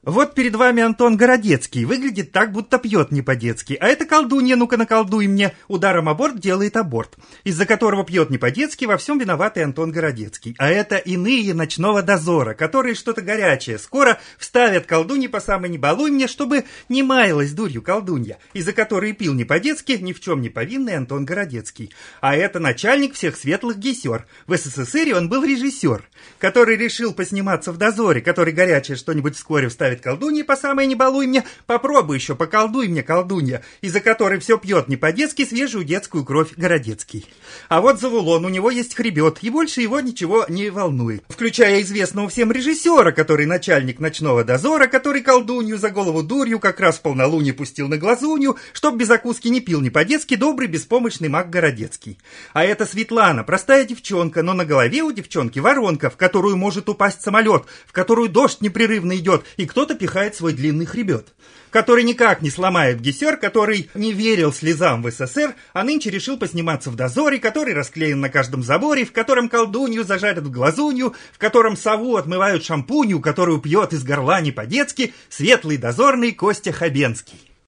Вот перед вами Антон Городецкий. Выглядит так, будто пьет не по-детски. А это колдунья, ну-ка наколдуй мне. Ударом аборт делает аборт, из-за которого пьет не по-детски, во всем виноватый Антон Городецкий. А это иные ночного дозора, которые что-то горячее скоро вставят колдунье по самой не балуй мне, чтобы не маялась дурью колдунья, из-за которой пил не по-детски, ни в чем не повинный Антон Городецкий. А это начальник всех светлых гисер. В СССР он был режиссер, который решил посниматься в дозоре, который горячее что-нибудь вскоре вставит колдунья по самой не балуй мне, попробуй еще, поколдуй мне, колдунья, из-за которой все пьет не по-детски свежую детскую кровь Городецкий. А вот Завулон, у него есть хребет, и больше его ничего не волнует, включая известного всем режиссера, который начальник ночного дозора, который колдунью за голову дурью как раз в полнолуние пустил на глазунью, чтоб без закуски не пил не по-детски добрый беспомощный маг Городецкий. А это Светлана, простая девчонка, но на голове у девчонки воронка, в которую может упасть самолет, в которую дождь непрерывно идет, и кто-то пихает свой длинный хребет, который никак не сломает гисер, который не верил слезам в СССР, а нынче решил посниматься в дозоре, который расклеен на каждом заборе, в котором колдунью зажарят в глазунью, в котором сову отмывают шампунью, которую пьет из горла не по-детски светлый дозорный Костя Хабенский.